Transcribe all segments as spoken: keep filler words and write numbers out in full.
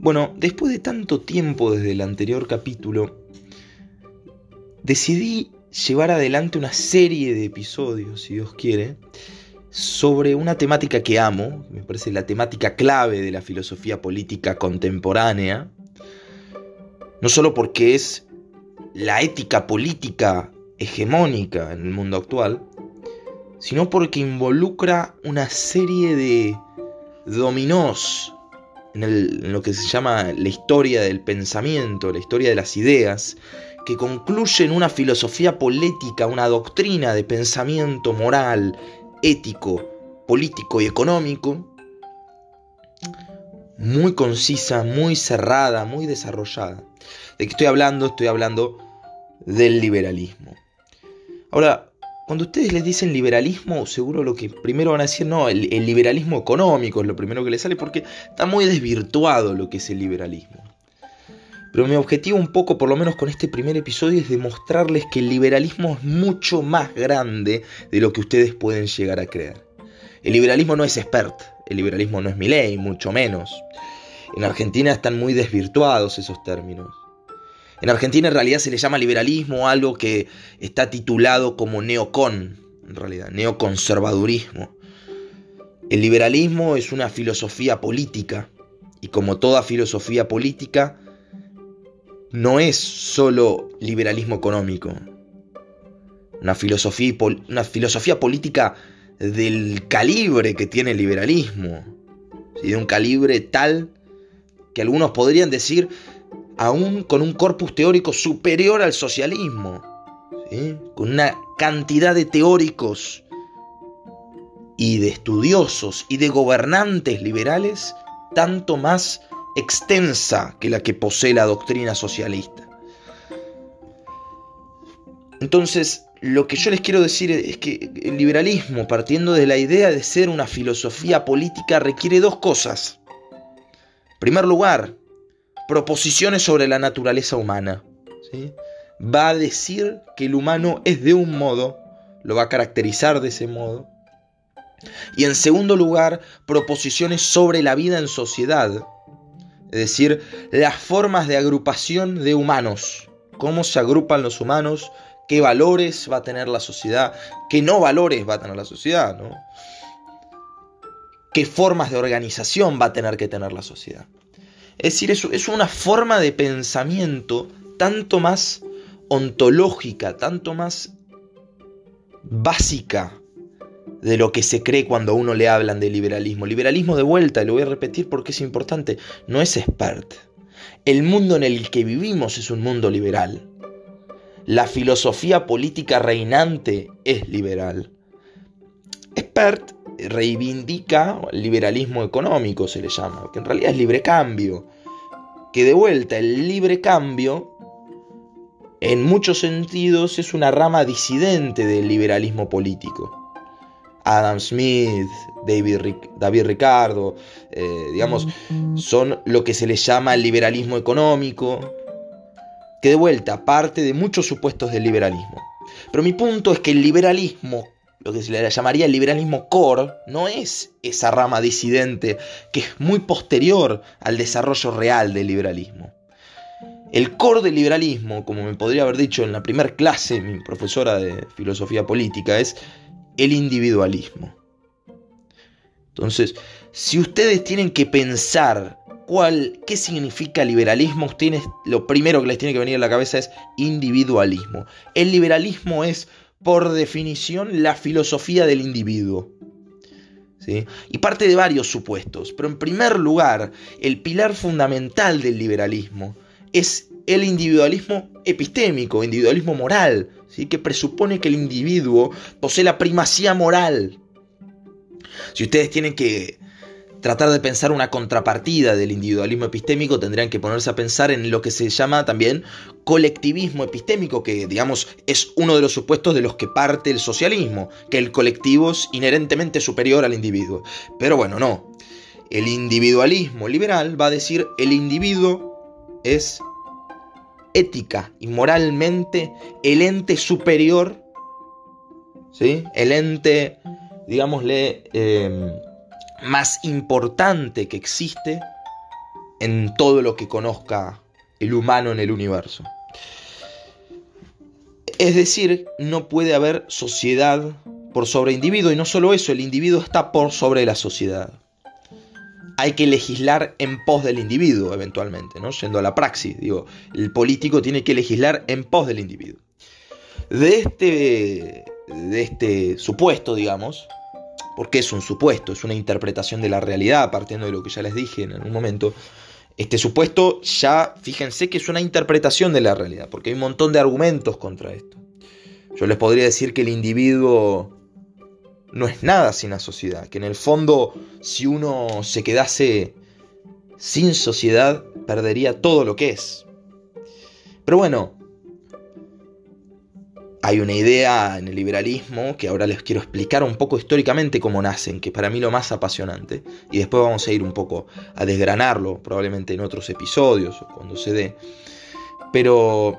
Bueno, después de tanto tiempo desde el anterior capítulo, decidí llevar adelante una serie de episodios, si Dios quiere, sobre una temática que amo, me parece la temática clave de la filosofía política contemporánea, no solo porque es la ética política hegemónica en el mundo actual, sino porque involucra una serie de dominós en, el, en lo que se llama la historia del pensamiento, la historia de las ideas, que concluyen una filosofía política, una doctrina de pensamiento moral, ético, político y económico, muy concisa, muy cerrada, muy desarrollada. ¿De qué estoy hablando? Estoy hablando del liberalismo. Ahora, cuando ustedes les dicen liberalismo, seguro lo que primero van a decir, no, el, el liberalismo económico es lo primero que les sale, porque está muy desvirtuado lo que es el liberalismo. Pero mi objetivo un poco, por lo menos con este primer episodio, es demostrarles que el liberalismo es mucho más grande de lo que ustedes pueden llegar a creer. El liberalismo no es expert, el liberalismo no es Milei, mucho menos. En Argentina están muy desvirtuados esos términos. En Argentina en realidad se le llama liberalismo a algo que está titulado como neocon, en realidad, neoconservadurismo. El liberalismo es una filosofía política, y como toda filosofía política, no es solo liberalismo económico. Una filosofía, una filosofía política del calibre que tiene el liberalismo, ¿sí? De un calibre tal que algunos podrían decir aún con un corpus teórico superior al socialismo, ¿sí? Con una cantidad de teóricos y de estudiosos y de gobernantes liberales tanto más extensa que la que posee la doctrina socialista. Entonces, lo que yo les quiero decir es que el liberalismo, partiendo de la idea de ser una filosofía política, requiere dos cosas. En primer lugar, proposiciones sobre la naturaleza humana, ¿sí? Va a decir que el humano es de un modo, lo va a caracterizar de ese modo. Y en segundo lugar, proposiciones sobre la vida en sociedad, es decir, las formas de agrupación de humanos, cómo se agrupan los humanos, qué valores va a tener la sociedad, qué no valores va a tener la sociedad, ¿no? Qué formas de organización va a tener que tener la sociedad. Es decir, es, es una forma de pensamiento tanto más ontológica, tanto más básica de lo que se cree cuando a uno le hablan de liberalismo. Liberalismo, de vuelta, y lo voy a repetir porque es importante, no es expert. El mundo en el que vivimos es un mundo liberal. La filosofía política reinante es liberal. Expert reivindica el liberalismo económico, se le llama, que en realidad es libre cambio. Que de vuelta, el libre cambio, en muchos sentidos, es una rama disidente del liberalismo político. Adam Smith, David, Ric- David Ricardo, eh, digamos, son lo que se les llama el liberalismo económico, que de vuelta parte de muchos supuestos del liberalismo. Pero mi punto es que el liberalismo, lo que se le llamaría el liberalismo core, no es esa rama disidente que es muy posterior al desarrollo real del liberalismo. El core del liberalismo, como me podría haber dicho en la primera clase mi profesora de filosofía política, es el individualismo. Entonces, si ustedes tienen que pensar cuál, qué significa liberalismo, ustedes, lo primero que les tiene que venir a la cabeza es individualismo. El liberalismo es, por definición, la filosofía del individuo, ¿sí? Y parte de varios supuestos, pero en primer lugar, el pilar fundamental del liberalismo es el individualismo epistémico, individualismo moral, ¿sí? Que presupone que el individuo posee la primacía moral. Si ustedes tienen que tratar de pensar una contrapartida del individualismo epistémico, tendrían que ponerse a pensar en lo que se llama también colectivismo epistémico, que digamos es uno de los supuestos de los que parte el socialismo, que el colectivo es inherentemente superior al individuo. Pero bueno, no. El individualismo liberal va a decir el individuo es ética y moralmente el ente superior, ¿sí? El ente, digámosle, eh, más importante que existe en todo lo que conozca el humano en el universo. Es decir, no puede haber sociedad por sobre individuo, y no solo eso, el individuo está por sobre la sociedad. Hay que legislar en pos del individuo, eventualmente, ¿no? Yendo a la praxis, digo, el político tiene que legislar en pos del individuo. De este, de este supuesto, digamos, porque es un supuesto, es una interpretación de la realidad, partiendo de lo que ya les dije en un momento. Este supuesto ya, fíjense que es una interpretación de la realidad, porque hay un montón de argumentos contra esto. Yo les podría decir que el individuo no es nada sin la sociedad, que en el fondo, si uno se quedase sin sociedad, perdería todo lo que es. Pero bueno, hay una idea en el liberalismo que ahora les quiero explicar un poco históricamente cómo nacen, que es para mí lo más apasionante, y después vamos a ir un poco a desgranarlo, probablemente en otros episodios o cuando se dé. Pero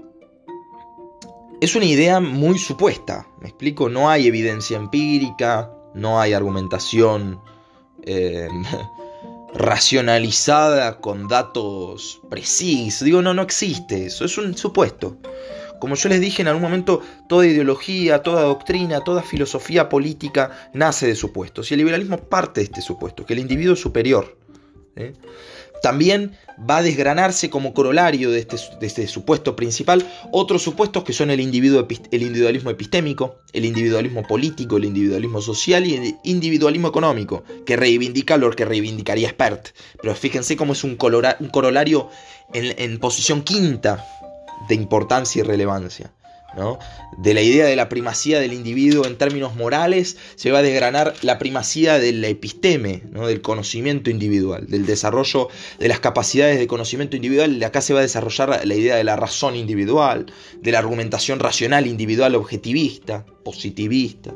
es una idea muy supuesta, ¿me explico? No hay evidencia empírica, no hay argumentación eh, racionalizada con datos precisos. Digo, no, no existe eso, es un supuesto. Como yo les dije en algún momento, toda ideología, toda doctrina, toda filosofía política nace de supuestos. Y el liberalismo parte de este supuesto, que el individuo es superior. ¿eh? También va a desgranarse como corolario de este, de este supuesto principal otros supuestos que son el, individuo, el individualismo epistémico, el individualismo político, el individualismo social y el individualismo económico, que reivindica lo que reivindicaría Spert. Pero fíjense cómo es un, colora, un corolario en, en posición quinta de importancia y relevancia, ¿no? De la idea de la primacía del individuo en términos morales se va a desgranar la primacía del episteme, ¿no? Del conocimiento individual, del desarrollo de las capacidades de conocimiento individual. De acá se va a desarrollar la idea de la razón individual, de la argumentación racional individual objetivista, positivista,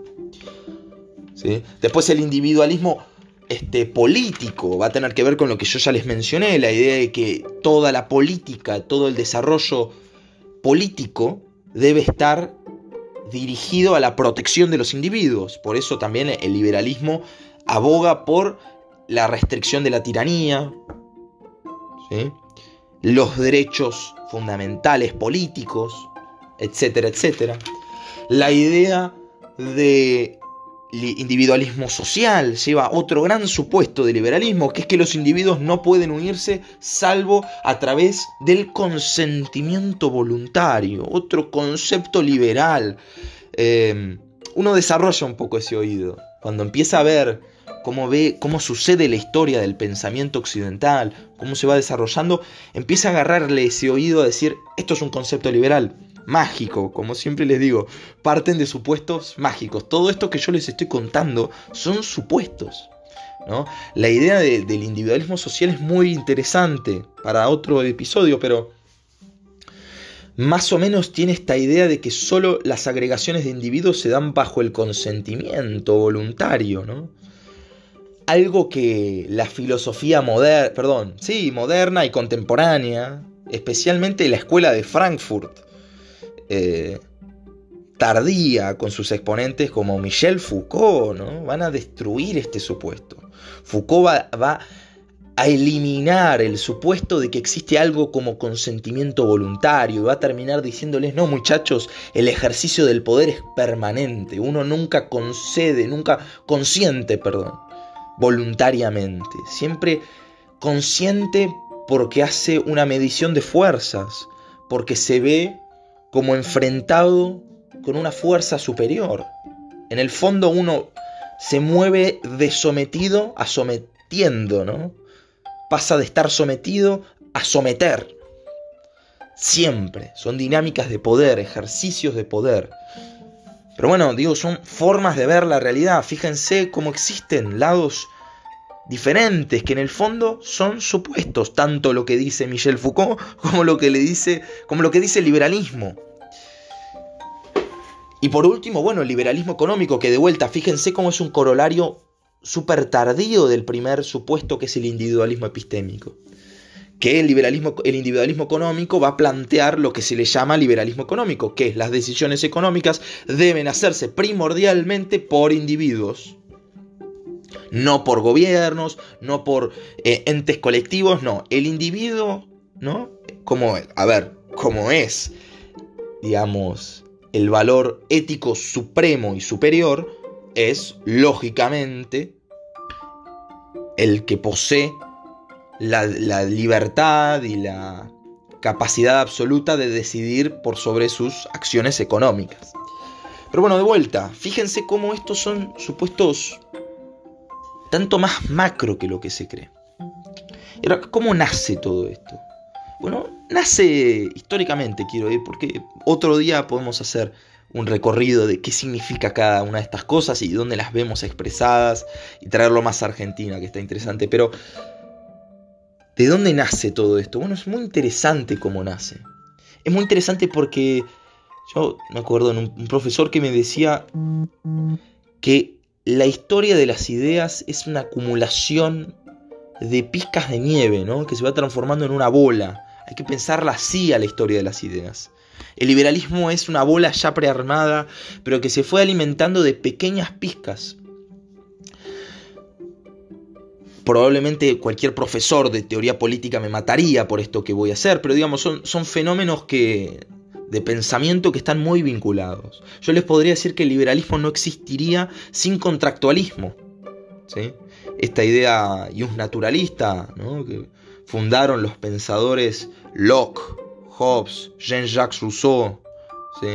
¿sí? Después el individualismo Este, político va a tener que ver con lo que yo ya les mencioné, la idea de que toda la política, todo el desarrollo político debe estar dirigido a la protección de los individuos. Por eso también el liberalismo aboga por la restricción de la tiranía, ¿sí? Los derechos fundamentales políticos, etcétera, etcétera. La idea de individualismo social lleva otro gran supuesto de liberalismo, que es que los individuos no pueden unirse salvo a través del consentimiento voluntario, otro concepto liberal. Eh, uno desarrolla un poco ese oído cuando empieza a ver cómo ve cómo sucede la historia del pensamiento occidental, cómo se va desarrollando, empieza a agarrarle ese oído a decir, esto es un concepto liberal. Mágico, como siempre les digo, parten de supuestos mágicos. Todo esto que yo les estoy contando son supuestos, ¿no? La idea de, del individualismo social es muy interesante para otro episodio, pero más o menos tiene esta idea de que solo las agregaciones de individuos se dan bajo el consentimiento voluntario, ¿no? Algo que la filosofía moderna, perdón, sí, moderna y contemporánea, especialmente la escuela de Frankfurt, Eh, tardía con sus exponentes como Michel Foucault, ¿no? Van a destruir este supuesto. Foucault va, va a eliminar el supuesto de que existe algo como consentimiento voluntario y va a terminar diciéndoles, no muchachos, el ejercicio del poder es permanente, uno nunca concede, nunca consiente, perdón, voluntariamente, siempre consciente porque hace una medición de fuerzas, porque se ve como enfrentado con una fuerza superior. En el fondo uno se mueve de sometido a sometiendo, ¿no? Pasa de estar sometido a someter. Siempre. Son dinámicas de poder, ejercicios de poder. Pero bueno, digo, son formas de ver la realidad. Fíjense cómo existen lados diferentes, que en el fondo son supuestos, tanto lo que dice Michel Foucault como lo que le dice, como lo que dice el liberalismo. Y por último, bueno, el liberalismo económico, que de vuelta, fíjense cómo es un corolario súper tardío del primer supuesto, que es el individualismo epistémico. Que el liberalismo, el individualismo económico va a plantear lo que se le llama liberalismo económico, que es las decisiones económicas deben hacerse primordialmente por individuos. No por gobiernos, no por eh, entes colectivos, no. El individuo, ¿no? Como, a ver, como es, digamos, el valor ético supremo y superior, es, lógicamente, el que posee la, la libertad y la capacidad absoluta de decidir por sobre sus acciones económicas. Pero bueno, de vuelta, fíjense cómo estos son supuestos tanto más macro que lo que se cree. Y ahora, ¿cómo nace todo esto? Bueno, nace históricamente, quiero decir, porque otro día podemos hacer un recorrido de qué significa cada una de estas cosas y dónde las vemos expresadas y traerlo más a Argentina, que está interesante. Pero, ¿de dónde nace todo esto? Bueno, es muy interesante cómo nace. Es muy interesante porque yo me acuerdo de un, un profesor que me decía que la historia de las ideas es una acumulación de pizcas de nieve, ¿no? Que se va transformando en una bola. Hay que pensarla así a la historia de las ideas. El liberalismo es una bola ya prearmada, pero que se fue alimentando de pequeñas pizcas. Probablemente cualquier profesor de teoría política me mataría por esto que voy a hacer, pero digamos, son, son fenómenos que, de pensamiento que están muy vinculados. Yo les podría decir que el liberalismo no existiría sin contractualismo, ¿sí? Esta idea justnaturalista, ¿no?, que fundaron los pensadores Locke, Hobbes, Jean-Jacques Rousseau, ¿sí?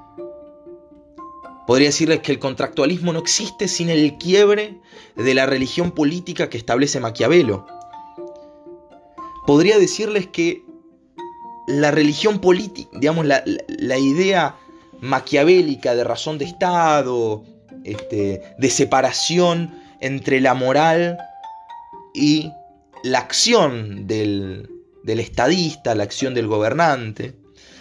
Podría decirles que el contractualismo no existe sin el quiebre de la religión política que establece Maquiavelo. Podría decirles que la religión política, digamos, la, la, la idea maquiavélica de razón de Estado, este, de separación entre la moral y la acción del, del estadista, la acción del gobernante,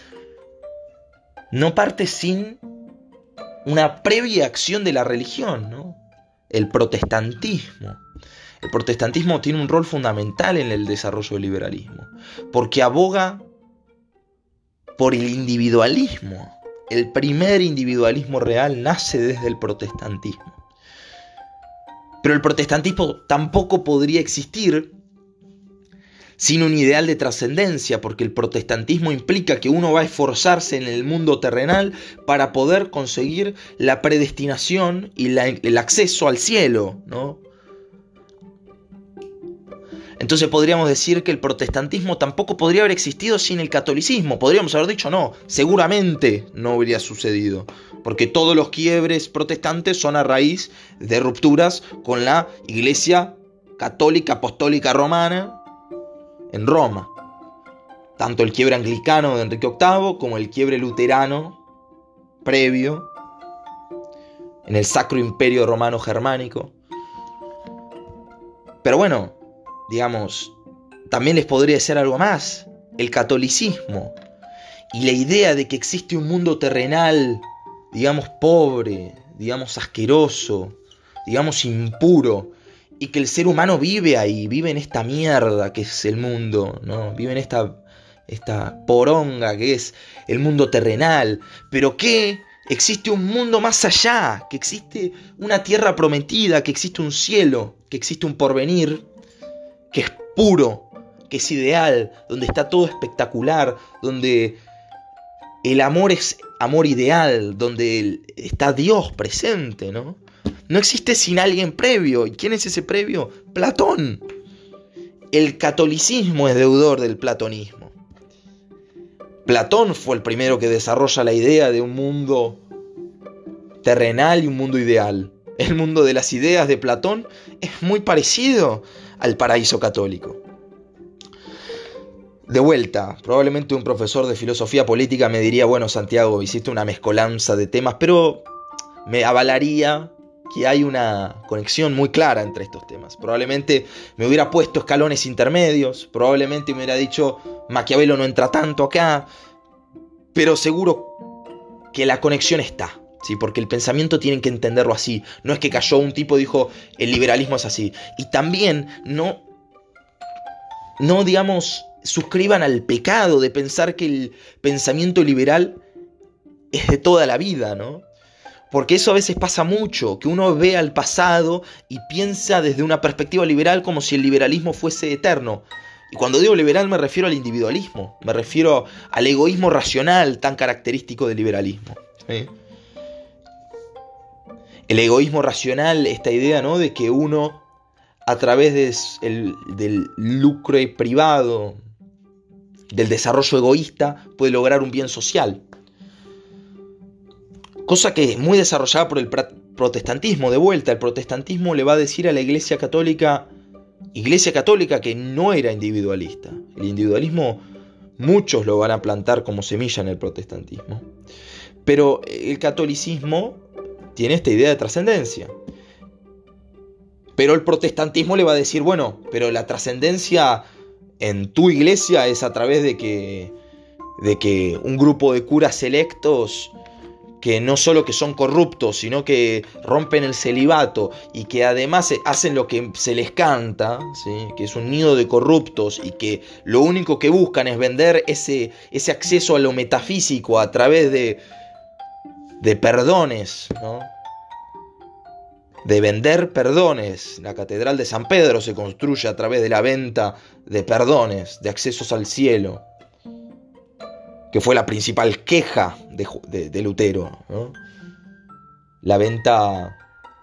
no parte sin una previa acción de la religión, ¿no? El protestantismo. El protestantismo tiene un rol fundamental en el desarrollo del liberalismo, porque aboga por el individualismo. El primer individualismo real nace desde el protestantismo. Pero el protestantismo tampoco podría existir sin un ideal de trascendencia, porque el protestantismo implica que uno va a esforzarse en el mundo terrenal para poder conseguir la predestinación y la, el acceso al cielo, ¿no? Entonces podríamos decir que el protestantismo tampoco podría haber existido sin el catolicismo. Podríamos haber dicho no, seguramente no habría sucedido, porque todos los quiebres protestantes son a raíz de rupturas con la Iglesia Católica Apostólica Romana en Roma. Tanto el quiebre anglicano de Enrique octavo como el quiebre luterano previo en el Sacro Imperio Romano Germánico. Pero bueno, digamos, también les podría decir algo más. El catolicismo y la idea de que existe un mundo terrenal, digamos, pobre, digamos, asqueroso, digamos, impuro, y que el ser humano vive ahí, vive en esta mierda que es el mundo, ¿no? Vive en esta, esta poronga que es el mundo terrenal, pero que existe un mundo más allá, que existe una tierra prometida, que existe un cielo, que existe un porvenir, que es puro, que es ideal, donde está todo espectacular, donde el amor es amor ideal, donde está Dios presente, ¿no? No existe sin alguien previo. ¿Y quién es ese previo? Platón. El catolicismo es deudor del platonismo. Platón fue el primero que desarrolla la idea de un mundo terrenal y un mundo ideal. El mundo de las ideas de Platón es muy parecido al paraíso católico. De vuelta, probablemente un profesor de filosofía política me diría, bueno, Santiago, hiciste una mezcolanza de temas, pero me avalaría que hay una conexión muy clara entre estos temas. Probablemente me hubiera puesto escalones intermedios, probablemente me hubiera dicho, Maquiavelo no entra tanto acá, pero seguro que la conexión está, ¿sí? Porque el pensamiento tienen que entenderlo así. No es que cayó un tipo y dijo, el liberalismo es así. Y también no, no digamos, suscriban al pecado de pensar que el pensamiento liberal es de toda la vida, ¿no? Porque eso a veces pasa mucho, que uno ve al pasado y piensa desde una perspectiva liberal como si el liberalismo fuese eterno. Y cuando digo liberal me refiero al individualismo, me refiero al egoísmo racional tan característico del liberalismo. ¿Sí? El egoísmo racional, esta idea, ¿no?, de que uno, a través de el, del lucro privado, del desarrollo egoísta, puede lograr un bien social. Cosa que es muy desarrollada por el protestantismo. De vuelta, el protestantismo le va a decir a la Iglesia Católica, Iglesia Católica que no era individualista. El individualismo muchos lo van a plantar como semilla en el protestantismo. Pero el catolicismo tiene esta idea de trascendencia. Pero el protestantismo le va a decir, bueno, pero la trascendencia en tu iglesia es a través de que, de que un grupo de curas selectos, que no solo que son corruptos, sino que rompen el celibato y que además hacen lo que se les canta, ¿sí?, que es un nido de corruptos y que lo único que buscan es vender ese, ese acceso a lo metafísico a través de, de perdones, ¿no? De vender perdones. La Catedral de San Pedro se construye a través de la venta de perdones, de accesos al cielo, que fue la principal queja de, de, de Lutero, ¿no? La venta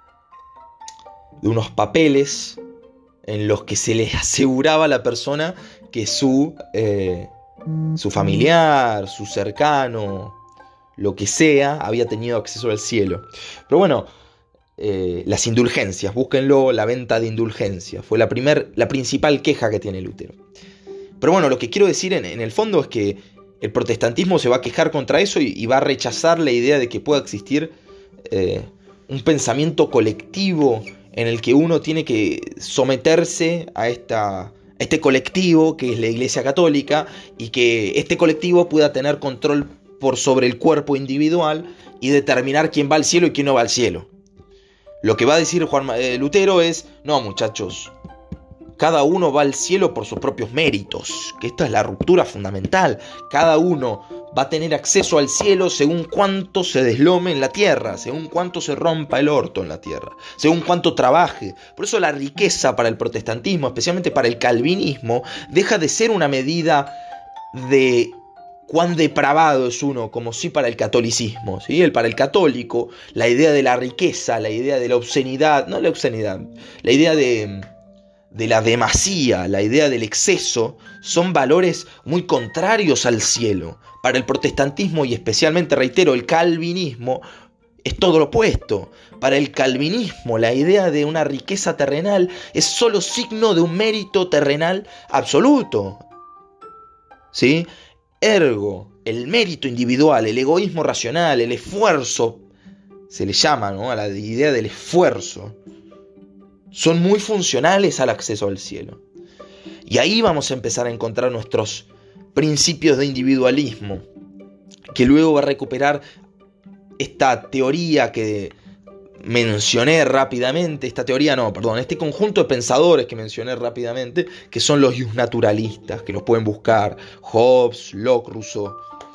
de unos papeles en los que se le aseguraba a la persona que su, eh, su familiar, su cercano, lo que sea, había tenido acceso al cielo. Pero bueno, eh, las indulgencias, búsquenlo, la venta de indulgencias, fue la, primer, la principal queja que tiene Lutero. Pero bueno, lo que quiero decir en, en el fondo es que el protestantismo se va a quejar contra eso y, y va a rechazar la idea de que pueda existir eh, un pensamiento colectivo en el que uno tiene que someterse a, esta, a este colectivo que es la Iglesia Católica y que este colectivo pueda tener control por sobre el cuerpo individual y determinar quién va al cielo y quién no va al cielo. Lo que va a decir Juan eh, Lutero es, no muchachos, cada uno va al cielo por sus propios méritos, que esta es la ruptura fundamental. Cada uno va a tener acceso al cielo según cuánto se deslome en la tierra, según cuánto se rompa el orto en la tierra, según cuánto trabaje. Por eso la riqueza para el protestantismo, especialmente para el calvinismo, deja de ser una medida de cuán depravado es uno, como sí para el catolicismo, ¿sí? El, para el católico, la idea de la riqueza, la idea de la obscenidad, no la obscenidad, la idea de... de la demasía, la idea del exceso, son valores muy contrarios al cielo. Para el protestantismo y especialmente, reitero, el calvinismo, es todo lo opuesto. Para el calvinismo, la idea de una riqueza terrenal es solo signo de un mérito terrenal absoluto. ¿Sí? Ergo, el mérito individual, el egoísmo racional, el esfuerzo, se le llama, ¿no?, a la idea del esfuerzo, son muy funcionales al acceso al cielo. Y ahí vamos a empezar a encontrar nuestros principios de individualismo, que luego va a recuperar esta teoría que mencioné rápidamente, esta teoría no, perdón, este conjunto de pensadores que mencioné rápidamente, que son los justnaturalistas, que los pueden buscar, Hobbes, Locke, Rousseau.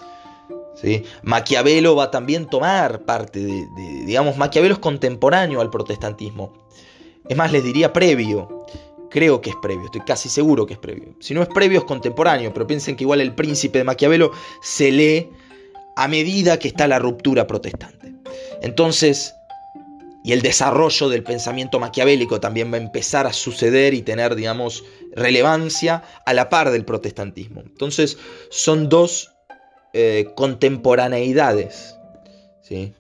¿Sí? Maquiavelo va a también tomar parte de, de, digamos, Maquiavelo es contemporáneo al protestantismo. Es más, les diría previo. Creo que es previo, estoy casi seguro que es previo. Si no es previo, es contemporáneo, pero piensen que igual El Príncipe de Maquiavelo se lee a medida que está la ruptura protestante. Entonces, y el desarrollo del pensamiento maquiavélico también va a empezar a suceder y tener, digamos, relevancia a la par del protestantismo. Entonces, son dos eh, contemporaneidades, ¿sí?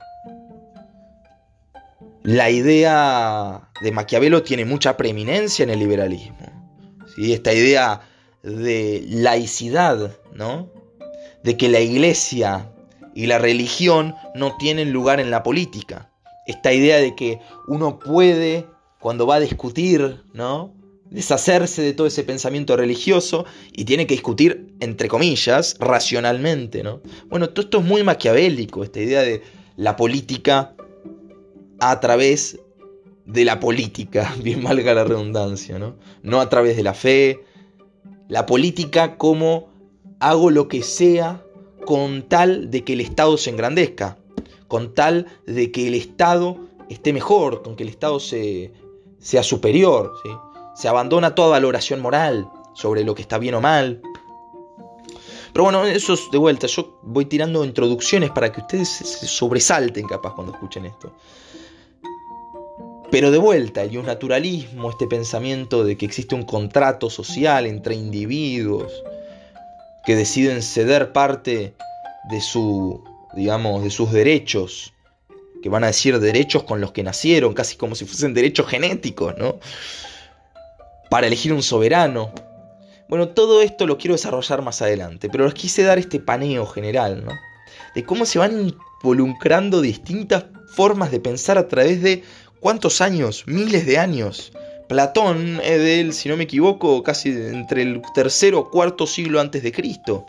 La idea de Maquiavelo tiene mucha preeminencia en el liberalismo, ¿sí? Esta idea de laicidad, ¿no?, de que la iglesia y la religión no tienen lugar en la política. Esta idea de que uno puede, cuando va a discutir, ¿no?, deshacerse de todo ese pensamiento religioso y tiene que discutir, entre comillas, racionalmente, ¿no? Bueno, todo esto es muy maquiavélico, esta idea de la política a través de la política, bien valga la redundancia, ¿no? No a través de la fe. La política como hago lo que sea con tal de que el Estado se engrandezca, con tal de que el Estado esté mejor, con que el Estado se, sea superior, ¿sí? Se abandona toda valoración moral sobre lo que está bien o mal. Pero bueno, eso es de vuelta, yo voy tirando introducciones para que ustedes se sobresalten capaz cuando escuchen esto. Pero de vuelta, el naturalismo, este pensamiento de que existe un contrato social entre individuos que deciden ceder parte de su, digamos, de sus derechos, que van a decir derechos con los que nacieron, casi como si fuesen derechos genéticos, ¿no? Para elegir un soberano. Bueno, todo esto lo quiero desarrollar más adelante, pero les quise dar este paneo general, ¿no? De cómo se van involucrando distintas formas de pensar a través de ¿cuántos años? Miles de años. Platón es de él, si no me equivoco, casi entre el tercero o cuarto siglo antes de Cristo.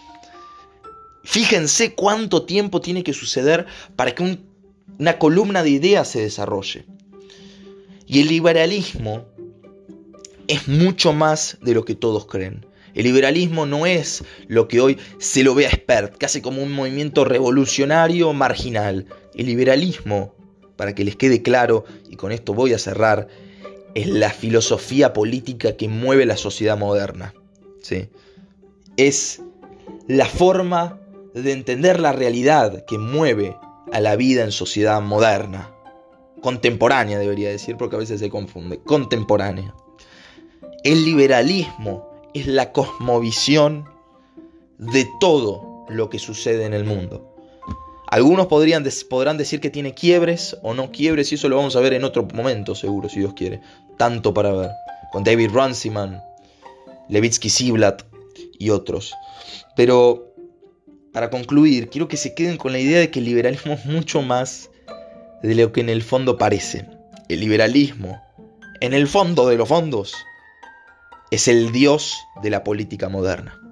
Fíjense cuánto tiempo tiene que suceder para que un, una columna de ideas se desarrolle. Y el liberalismo es mucho más de lo que todos creen. El liberalismo no es lo que hoy se lo ve a Spert, casi como un movimiento revolucionario marginal. El liberalismo, para que les quede claro, y con esto voy a cerrar, es la filosofía política que mueve la sociedad moderna, ¿sí? Es la forma de entender la realidad que mueve a la vida en sociedad moderna. Contemporánea, debería decir, porque a veces se confunde. Contemporánea. El liberalismo es la cosmovisión de todo lo que sucede en el mundo. Algunos podrían, podrán decir que tiene quiebres o no quiebres, y eso lo vamos a ver en otro momento, seguro, si Dios quiere. Tanto para ver. Con David Runciman, Levitsky Ziblatt y otros. Pero, para concluir, quiero que se queden con la idea de que el liberalismo es mucho más de lo que en el fondo parece. El liberalismo, en el fondo de los fondos, es el dios de la política moderna.